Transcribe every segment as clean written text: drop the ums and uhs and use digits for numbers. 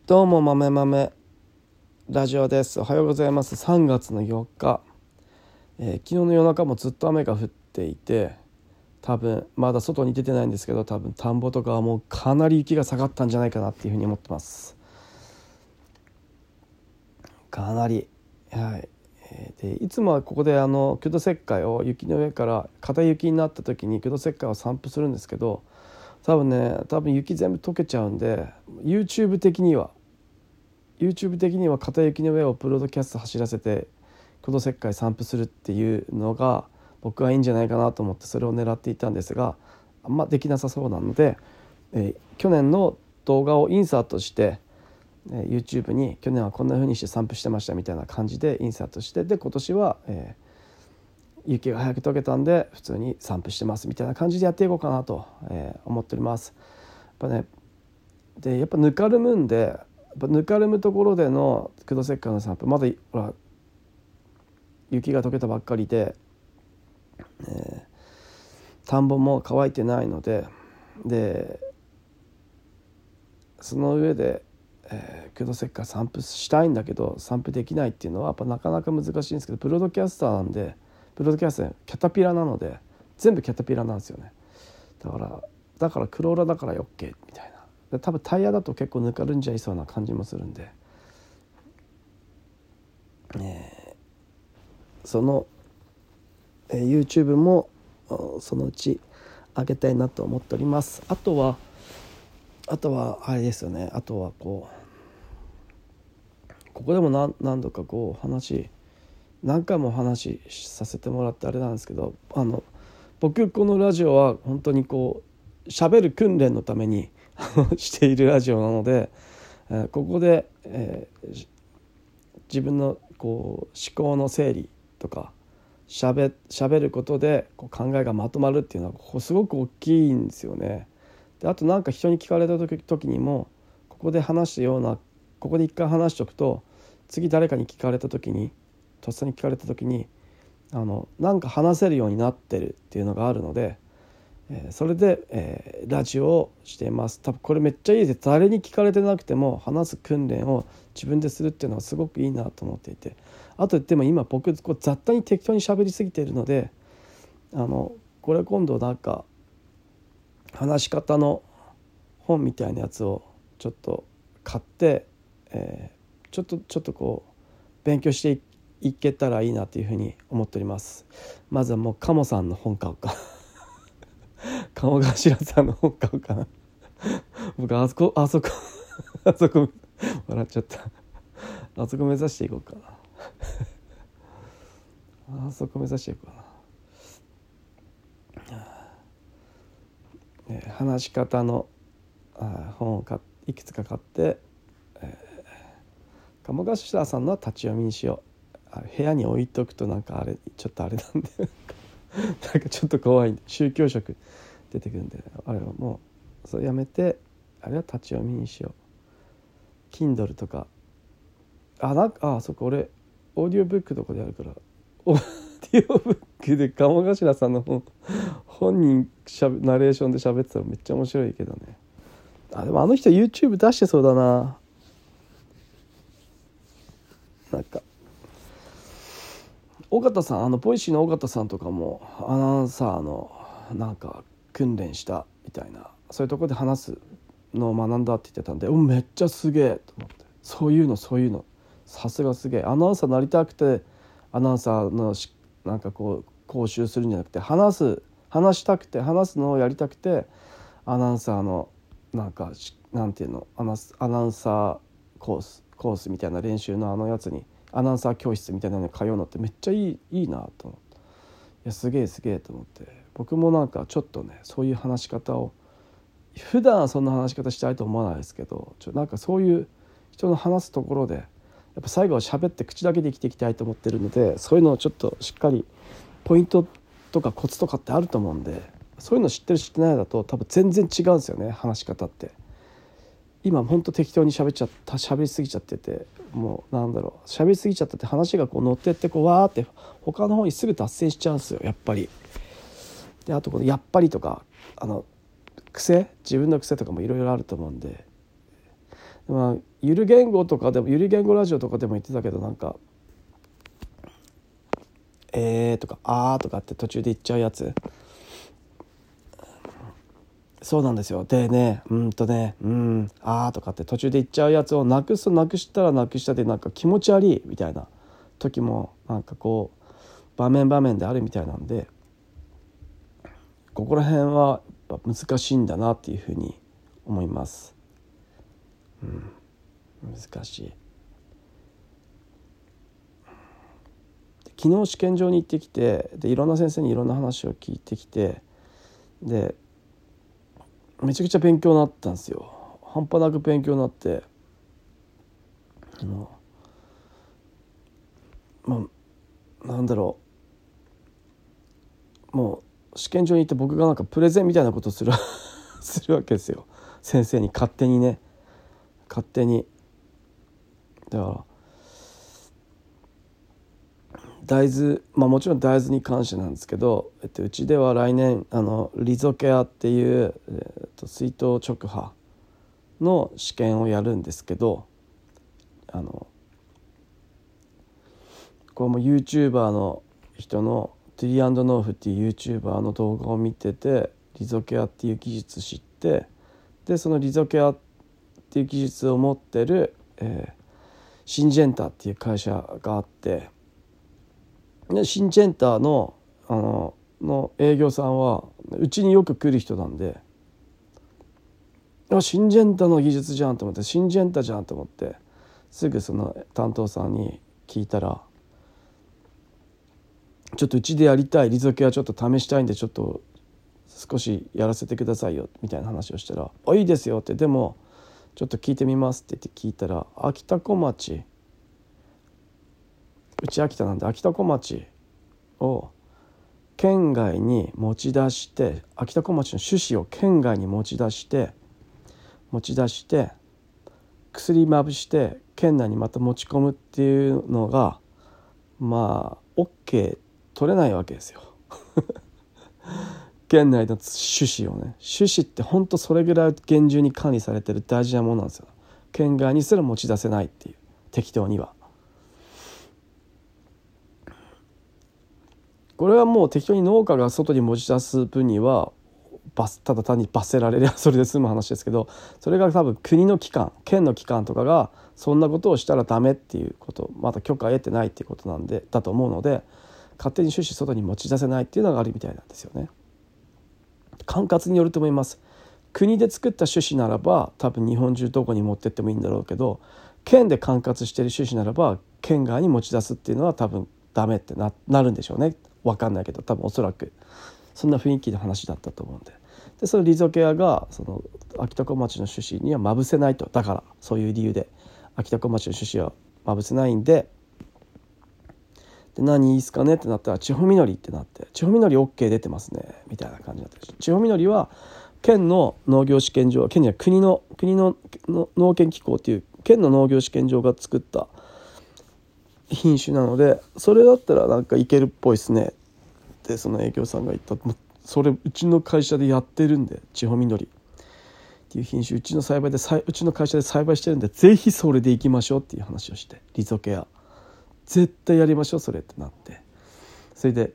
どうも豆豆ラジオです。おはようございます。3月の4日、昨日の夜中もずっと雨が降っていて、多分まだ外に出てないんですけど、多分田んぼとかはもうかなり雪が下がったんじゃないかなっていうふうに思ってます。かなり、はい。でいつもはここで九度石灰を雪の上から片雪になった時に九度石灰を散布するんですけど、多分雪全部溶けちゃうんで、YouTube 的には片雪の上をプロドキャスト走らせて九度石灰散布するっていうのが僕はいいんじゃないかなと思って、それを狙っていたんですが、あんまできなさそうなので、去年の動画をインサートして、YouTube に去年はこんな風にして散布してましたみたいな感じでインサートして、で今年は、雪が早く溶けたんで普通に散布してますみたいな感じでやっていこうかなと、思っております。やっぱぬかるむんで、ぬかるむところでの九度石灰の散布、まだほら雪が溶けたばっかりで、田んぼも乾いてないので、その上で、九度石灰散布したいんだけど散布できないっていうのはやっぱなかなか難しいんですけど、プロドキャスターなんで、プロドキャスターキャタピラなので全部キャタピラなんですよね。だからクローラだから OK みたいな。多分タイヤだと結構ぬかるんじゃいそうな感じもするんで、その、YouTube もそのうち上げたいなと思っております。あとはあれですよね。あとはここでも何度か何回も話させてもらってあれなんですけど、僕このラジオは本当に喋る訓練のためにしているラジオなので、ここで、自分の思考の整理とか喋ることで考えがまとまるっていうのはすごく大きいんですよね。であとなんか人に聞かれた時にもここで一回話しておくと、次誰かに聞かれた時にとっさに聞かれた時になんか話せるようになってるっていうのがあるので、それで、ラジオをしています。多分これめっちゃいいです。誰に聞かれてなくても話す訓練を自分でするっていうのはすごくいいなと思っていて、あとでも今僕雑多に適当に喋りすぎているので、これ今度なんか話し方の本みたいなやつをちょっと買って、ちょっと勉強していけたらいいなというふうに思っております。まずはもう鴨さんの本買おうか鴨頭さんの本買おうかな僕あそこ笑っちゃった。あそこ目指していこうかなあそこ目指していこうかな、話し方の本をいくつか買って、鴨頭さんのは立ち読みにしよう。部屋に置いとくとなんかちょっとあれなんでなんかちょっと怖いんで、宗教色出てくるんで、あれはもうそれやめて、あれは立ち読みにしよう。 Kindle とかそこ俺オーディオブックとかでやるから、オーディオブックで鴨頭さんの本人ナレーションで喋ってたらめっちゃ面白いけどね。でもあの人 YouTube 出してそうだな。なんか尾形さん、ボイシーの尾形さんとかもアナウンサーのなんか訓練したみたいな、そういうところで話すのを学んだって言ってたんで、めっちゃすげえと思って、そういうのさすがすげえ。アナウンサーになりたくてアナウンサーのなんか講習するんじゃなくて、話したくて話すのをやりたくて、アナウンサーのなんていうの、アナウンサーコースみたいな練習のやつに、アナウンサー教室みたいなのに通うのってめっちゃいいなと思って、いやすげえと思って、僕もなんかちょっとね、そういう話し方を普段はそんな話し方したいと思わないですけど、なんかそういう人の話すところでやっぱ最後は喋って口だけで生きていきたいと思ってるので、そういうのをちょっとしっかりポイントとかコツとかってあると思うんで、そういうの知ってる知ってないだと多分全然違うんですよね、話し方って。今ほんと適当に喋りすぎちゃってて、もう喋りすぎちゃったって話が乗ってってわーって他の方にすぐ達成しちゃうんですよ、やっぱり。であとやっぱりとか自分の癖とかもいろいろあると思うんで、 まあゆる言語とかでもゆる言語ラジオとかでも言ってたけど、なんかとかとかって途中で言っちゃうやつ、そうなんですよ。でねとかって途中で言っちゃうやつをなくしたらなくしたでなんか気持ち悪いみたいな時もなんかこう場面であるみたいなんで、ここら辺はやっぱ難しいんだなっていうふうに思います。難しい。昨日試験場に行ってきて、でいろんな先生にいろんな話を聞いてきて、でめちゃくちゃ勉強になったんですよ。半端なく勉強になって、なんだろう、もう試験場に行って僕がなんかプレゼンみたいなことをするするわけですよ、先生に勝手に。だから大豆、もちろん大豆に関してなんですけど、うちでは来年リゾケアっていう、水筒直波の試験をやるんですけど、これも YouTuber の人のトゥリー&ノーフっていう YouTuber の動画を見てて、リゾケアっていう技術知って、でそのリゾケアっていう技術を持ってる、シンジェンタっていう会社があって、でシンジェンタの営業さんはうちによく来る人なんで、シンジェンタの技術じゃんと思って、シンジェンタじゃんと思って、すぐその担当さんに聞いたら、ちょっとうちでやりたいリゾケアちょっと試したいんで、ちょっと少しやらせてくださいよみたいな話をしたら、いいですよって、でもちょっと聞いてみますって言って聞いたら、秋田小町、うち秋田なんで秋田小町を県外に持ち出して、秋田小町の種子を県外に持ち出して薬まぶして県内にまた持ち込むっていうのがOK 取れないわけですよ県内の種子をね、種子って本当それぐらい厳重に管理されてる大事なものなんですよ。県外にすら持ち出せないっていう、適当には。これはもう適当に農家が外に持ち出す分にはただ単に罰せられればそれで済む話ですけど、それが多分国の機関、県の機関とかがそんなことをしたらダメっていうこと、まだ許可を得てないっていうことなんでだと思うので、勝手に種子外に持ち出せないっていうのがあるみたいなんですよね。管轄によると思います。国で作った種子ならば多分日本中どこに持ってってもいいんだろうけど、県で管轄している種子ならば県外に持ち出すっていうのは多分ダメって なるんでしょうね。分かんないけど、多分おそらくそんな雰囲気の話だったと思うんで、そのリゾケアがその秋田小町の種子にはまぶせないと。だからそういう理由で秋田小町の種子はまぶせないんで、何いいっすかねってなったら、千穂みのりってなって、千穂みのり OK 出てますねみたいな感じになってる。千穂みのりは県の農業試験場、県には国の農研機構っていう県の農業試験場が作った品種なので、それだったらなんかいけるっぽいっすねってその営業さんが言った。それうちの会社でやってるんで、千穂みのりっていう品種うちの会社で栽培してるんで、ぜひそれでいきましょうっていう話をして、リゾケア絶対やりましょうそれってなって、それで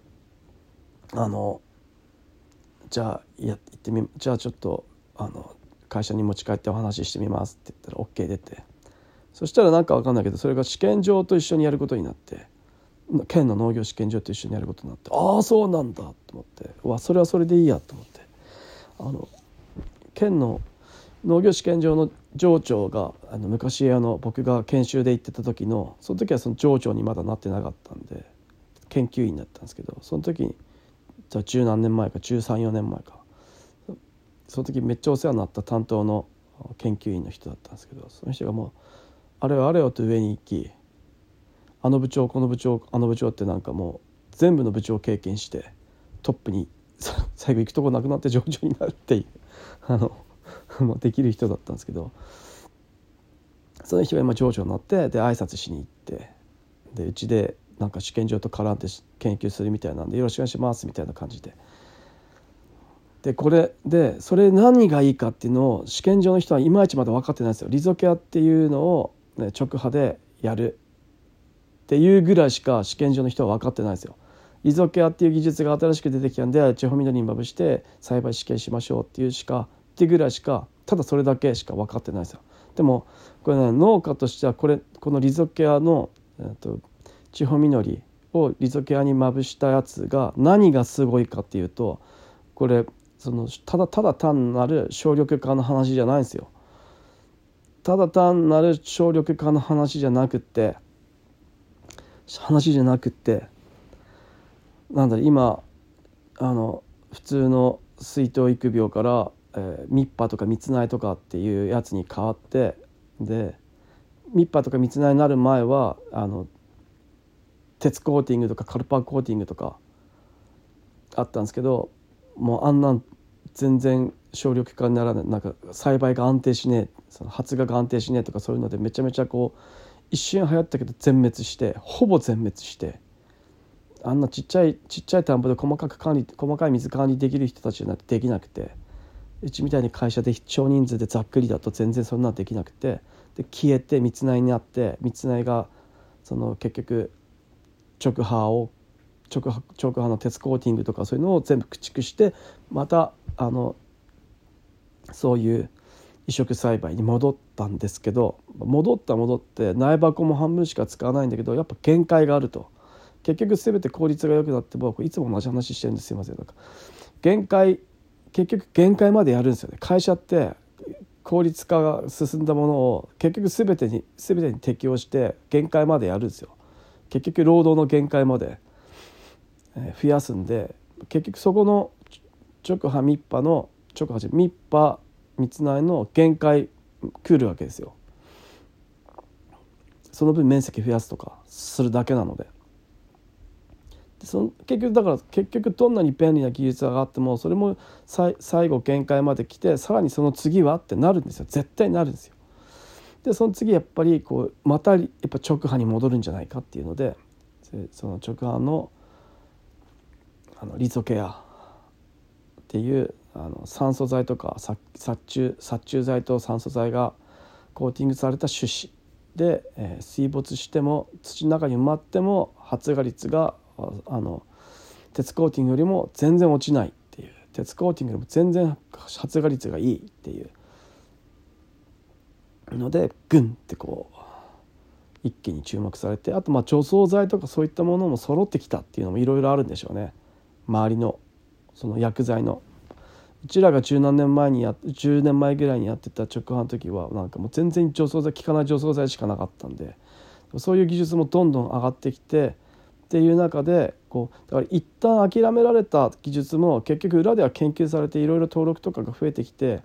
じゃあじゃあちょっと会社に持ち帰ってお話ししてみますって言ったら OK 出て、そしたらなんか分かんないけど、それが試験場と一緒にやることになって、県の農業試験場と一緒にやることになって、ああそうなんだと思って、それはそれでいいやと思って、県の農業試験場の場長が昔僕が研修で行ってた時の、その時はその場長にまだなってなかったんで研究員だったんですけど、その時にじゃあ十何年前か13、14年前か、その時めっちゃお世話になった担当の研究員の人だったんですけど、その人がもうあれよと上に行き、あの部長この部長あの部長ってなんかもう全部の部長経験してトップに最後行くとこなくなって上長になるっていうできる人だったんですけど、その人が今上長になって、で挨拶しに行って、でうちでなんか試験場と絡んで研究するみたいなんでよろしくお願いしますみたいな感じででこれでそれ何がいいかっていうのを試験場の人はいまいちまだ分かってないんですよ。リゾケアっていうのを、ね、直波でやるっていうぐらいしか試験場の人は分かってないんですよ。リゾケアっていう技術が新しく出てきたんでチェホミドリにまぶして栽培試験しましょうっていうっていうぐらいしか、ただそれだけしか分かってないんですよ。でもこれね、農家としてはこのリゾケアの、チェホミノリをリゾケアにまぶしたやつが何がすごいかっていうと、これただ単なる省力化の話じゃないんですよ。ただ単なる省力化の話じゃなくってなんだろう、今普通の水筒育苗から、ミッパとか蜜苗とかっていうやつに変わって、でミッパとか蜜苗になる前は鉄コーティングとかカルパーコーティングとかあったんですけど、もうあんなん全然省力化にならない、なんか栽培が安定しねえ、その発芽が安定しねえとかそういうのでめちゃめちゃこう一瞬流行ったけどほぼ全滅して、あんなちっちゃい田んぼで細かい水管理できる人たちじゃなくてできなくて、うちみたいに会社で少人数でざっくりだと全然そんなできなくて、で消えて蜜苗になって、蜜苗が結局直波の鉄コーティングとかそういうのを全部駆逐して、またそういう移植栽培に戻ったんですけど、戻って苗箱も半分しか使わないんだけど、やっぱ限界があると。結局全て効率が良くなっても、いつも同じ話してるんです、すいません。結局限界までやるんですよね。会社って効率化が進んだものを結局全てに適用して限界までやるんですよ。結局労働の限界まで増やすんで、結局そこの直波蜜苗の限界来るわけですよ。その分面積増やすとかするだけなので、結局どんなに便利な技術があっても、それも最後限界まで来て、さらにその次はってなるんですよ。絶対になるんですよ。でその次やっぱりまたやっぱ直波に戻るんじゃないかっていうので、その直波のリゾケアっていう酸素剤とか殺虫剤と酸素剤がコーティングされた種子で、水没しても土の中に埋まっても発芽率が鉄コーティングよりも全然落ちないっていう、鉄コーティングよりも全然発芽率がいいっていうのでグンって一気に注目されて、あと除草剤とかそういったものも揃ってきたっていうのもいろいろあるんでしょうね。周りのその薬剤の、うちらが10年前ぐらいにやってた直販の時はなんかもう全然効かない除草剤しかなかったんで、そういう技術もどんどん上がってきてっていう中でだから一旦諦められた技術も結局裏では研究されていろいろ登録とかが増えてきて、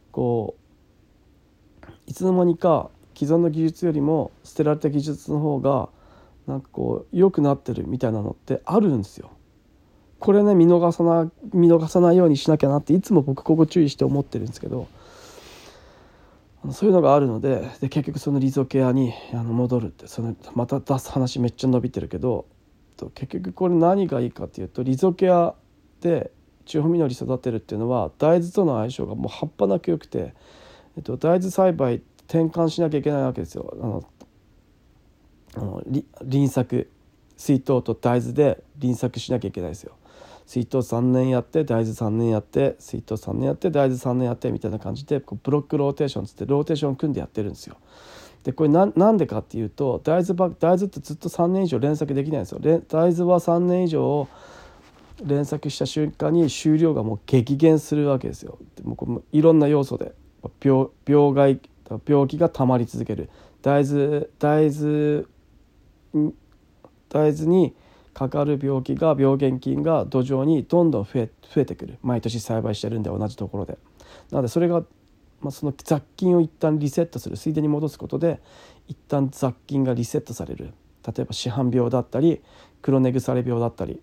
いつの間にか既存の技術よりも捨てられた技術の方がなんか良くなってるみたいなのってあるんですよ。これね見逃さないようにしなきゃなっていつも僕ここ注意して思ってるんですけど、そういうのがあるので、結局そのリゾケアに戻るって、また出す話めっちゃ伸びてるけど、結局これ何がいいかっていうと、リゾケアでチュホミノリ育てるっていうのは大豆との相性がもう半端なく良くて、大豆栽培転換しなきゃいけないわけですよ。輪作水筒と大豆で輪作しなきゃいけないですよ。水筒3年やって大豆3年やって水筒3年やって大豆3年やってみたいな感じでブロックローテーションつってローテーション組んでやってるんですよ。でこれなんでかっていうと、大豆ってずっと3年以上連作できないんですよ。大豆は3年以上連作した瞬間に収量がもう激減するわけですよ。でもいろんな要素で病気がたまり続ける。大豆にかかる病原菌が土壌にどんどん増えてくる。毎年栽培してるんで同じところで。なのでそれが、その雑菌を一旦リセットする、水田に戻すことで一旦雑菌がリセットされる。例えば紫斑病だったり黒根腐れ病だったり、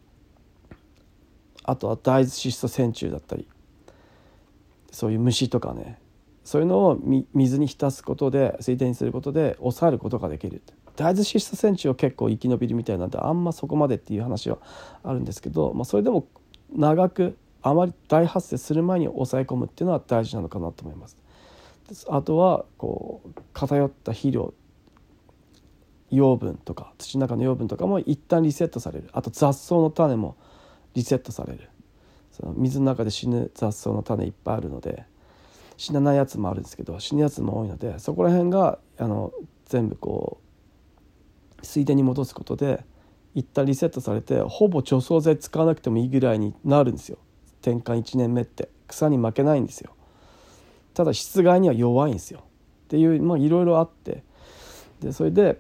あとは大豆シスト線虫だったり、そういう虫とかね、そういうのを水に浸すことで水田にすることで抑えることができる。大豆シスト線虫は結構生き延びるみたいなんであんまそこまでっていう話はあるんですけど、それでも長くあまり大発生する前に抑え込むっていうのは大事なのかなと思います。あとはこう偏った肥料、養分とか土の中の養分とかも一旦リセットされる。あと雑草の種もリセットされる。その水の中で死ぬ雑草の種いっぱいあるので、死なないやつもあるんですけど死ぬやつも多いので、そこら辺が全部こう水田に戻すことで一旦リセットされて、ほぼ除草剤使わなくてもいいぐらいになるんですよ。転換1年目って草に負けないんですよ。ただ湿害には弱いんですよっていう、いろいろあって、でそれで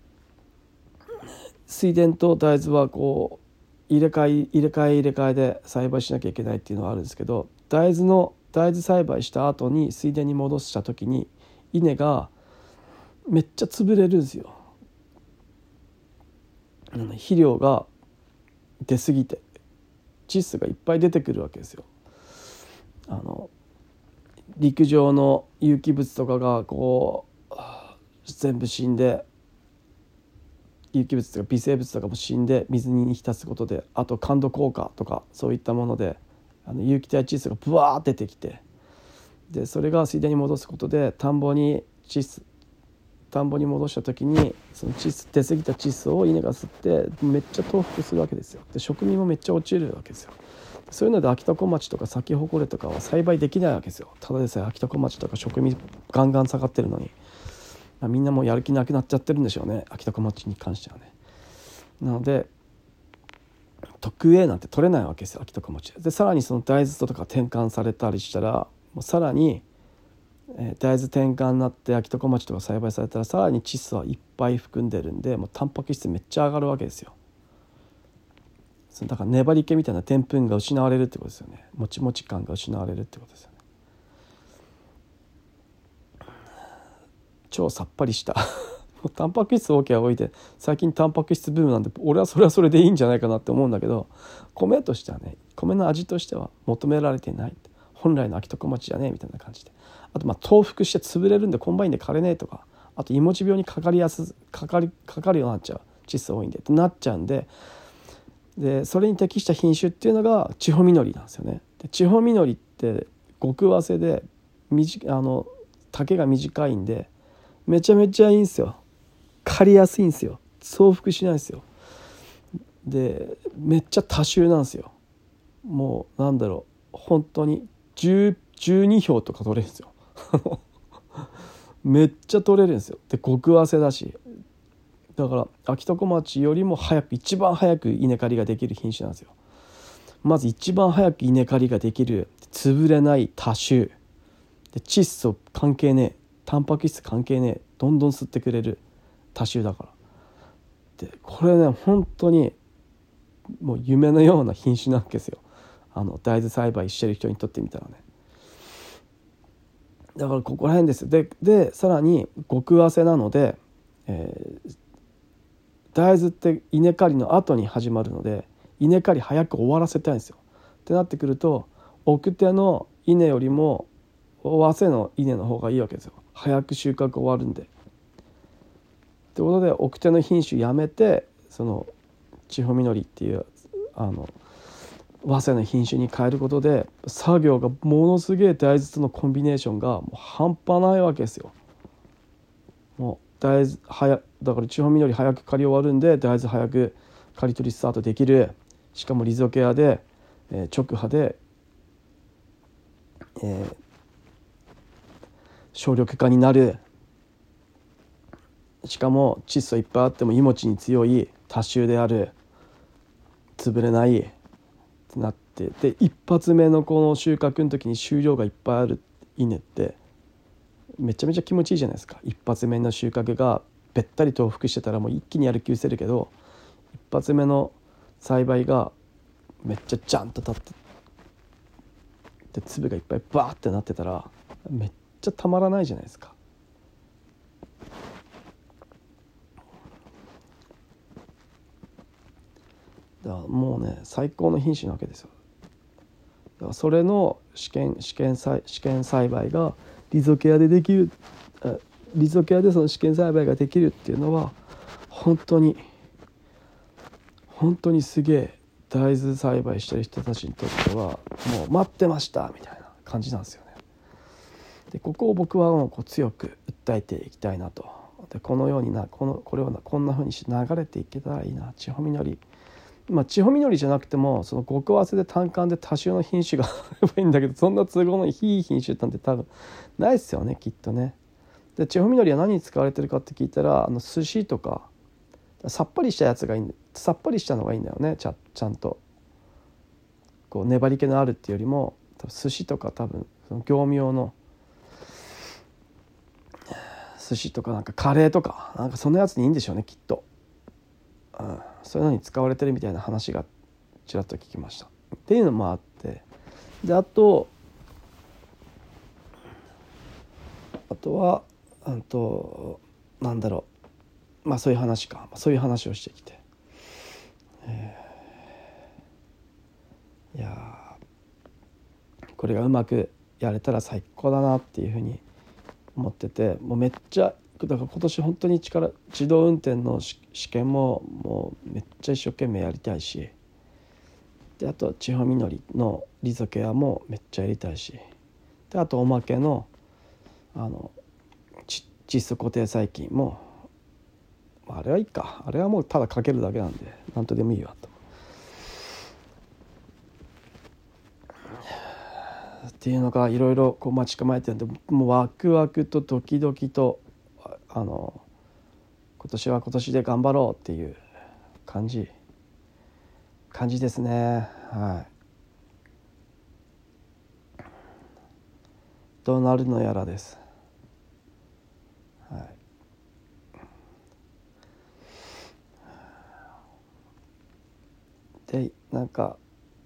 水田と大豆はこう入れ替えで栽培しなきゃいけないっていうのはあるんですけど、大豆栽培した後に水田に戻した時に稲がめっちゃ潰れるんですよ。肥料が出過ぎて窒素がいっぱい出てくるわけですよ。陸上の有機物とかがこう全部死んで、有機物とか微生物とかも死んで水に浸すことで、あと感度効果とかそういったもので有機体窒素がブワー出てきて、でそれが水田に戻すことで田んぼに戻した時にその出過ぎた窒素を稲が吸ってめっちゃ増幅するわけですよ。で食味もめっちゃ落ちるわけですよ。そういうので秋田小町とかサキホコレとかは栽培できないわけですよ。ただでさえ秋田小町とか食味ガンガン下がってるのに、みんなもうやる気なくなっちゃってるんでしょうね、秋田小町に関してはね。なので特 A なんて取れないわけですよ、秋田小町で。さらにその大豆とか転換されたりしたら、もうさらに大豆転換になって秋田小町とか栽培されたら、さらに窒素はいっぱい含んでるんで、もうタンパク質めっちゃ上がるわけですよ。だから粘り気みたいなでんぷんが失われるってことですよね。もちもち感が失われるってことですよね。超さっぱりしたタンパク質 OK は置いて、最近タンパク質ブームなんで俺はそれはそれでいいんじゃないかなって思うんだけど、米としてはね、米の味としては求められていない、本来の秋田小町じゃねえみたいな感じで、あと増幅して潰れるんでコンバインで枯れねえとか、あといもち病にかかるようになっちゃう、窒素多いんでってなっちゃうんで、それに適した品種っていうのが千穂みのりなんですよね。で千穂みのりって極早生で丈が短いんでめちゃめちゃいいんですよ。刈りやすいんですよ。増幅しないんですよ。でめっちゃ多収なんですよ。もう本当に12票とか取れるんですよめっちゃ取れるんですよ。で極早生だし、だから秋田小町よりも一番早く稲刈りができる品種なんですよ。まず一番早く稲刈りができる、潰れない多収で、窒素関係ねえ、タンパク質関係ねえ、どんどん吸ってくれる多収だから。でこれね本当にもう夢のような品種なんですよ。大豆栽培してる人にとってみたらね。だからここら辺です。でさらに極早生なので、大豆って稲刈りの後に始まるので、稲刈り早く終わらせたいんですよ。ってなってくると奥手の稲よりも早生の稲の方がいいわけですよ。早く収穫終わるんで。ってことで奥手の品種やめて、その千穂みのりっていう早生の品種に変えることで、作業がものすげえ大豆とのコンビネーションがもう半端ないわけですよ。もう大豆だから千穂みのり早く刈り終わるんで、大豆早く刈り取りスタートできる。しかもリゾケアで、直葉で、省力化になる。しかも窒素いっぱいあってもいもちに強い多収である、潰れないってなって、で一発目のこの収穫の時に収量がいっぱいある稲ってめちゃめちゃ気持ちいいじゃないですか。一発目の収穫がべったりと増幅してたらもう一気にやる気失せるけど、一発目の栽培がめっちゃジャンと立ってで粒がいっぱいバーってなってたらめっちゃたまらないじゃないですか。だからもうね最高の品種なわけですよ。だからそれの試験栽培がリゾケアでできる、リゾケアでその試験栽培ができるっていうのは本当にすげえ大豆栽培してる人たちにとってはもう待ってましたみたいな感じなんですよね。でここを僕はもう強く訴えていきたいなと。でこのようにこれをこんな風にして流れていけたらいいな。千穂みのり、千穂みのりじゃなくてもその極早生で単管で多種の品種があればいいんだけど、そんな都合のいい品種なんて多分ないですよね、きっとね。で千穂みのりは何に使われてるかって聞いたら寿司とかさっぱりしたやつがいい、さっぱりしたのがいいんだよね。ちゃんとこう粘り気のあるっていうよりも寿司とか多分その業務用の寿司とかなんかカレーとかなんかそんなやつにいいんでしょうねきっと、そういうのに使われてるみたいな話がちらっと聞きましたっていうのもあって、であとはなんだろう、そういう話そういう話をしてきて、いやこれがうまくやれたら最高だなっていうふうに思ってて、もうめっちゃだから今年本当に自動運転の試験ももうめっちゃ一生懸命やりたいし、であと千穂みのりのリゾケアもめっちゃやりたいし、であとおまけの窒素固定細菌もあれはいいか、あれはもうただかけるだけなんで何とでもいいわと。っていうのがいろいろこう待ち構えてるんで、もうワクワクとドキドキと今年は今年で頑張ろうっていう感じですね。はい。どうなるのやらです。はい。でなんか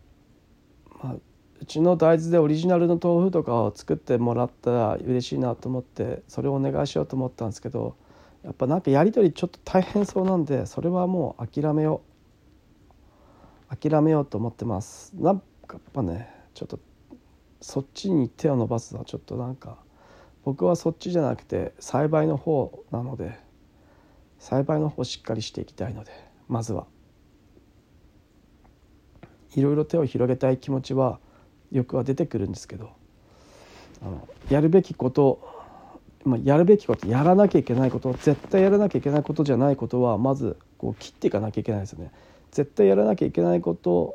うちの大豆でオリジナルの豆腐とかを作ってもらったら嬉しいなと思ってそれをお願いしようと思ったんですけど、やっぱなんかやり取りちょっと大変そうなんで、それはもう諦めようと思ってます。なんかやっぱねちょっとそっちに手を伸ばすのはちょっとなんか僕はそっちじゃなくて栽培の方なので、栽培の方をしっかりしていきたいので、まずはいろいろ手を広げたい気持ちはよくは出てくるんですけど、やるべきことやらなきゃいけないこと、絶対やらなきゃいけないことじゃないことはまずこう切っていかなきゃいけないですよね。絶対やらなきゃいけないこと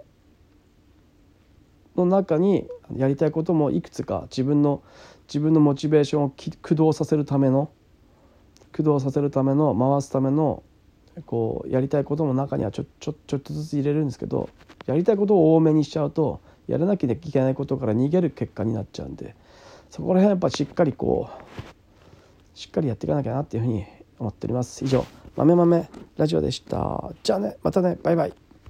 の中にやりたいこともいくつか自分のモチベーションを駆動させるための回すためのこうやりたいことの中にはちょっとずつ入れるんですけど、やりたいことを多めにしちゃうとやらなきゃいけないことから逃げる結果になっちゃうんで、そこら辺やっぱしっかりやっていかなきゃなっていうふうに思っております。以上豆ラジオでした。じゃあね、またね、バイバイ。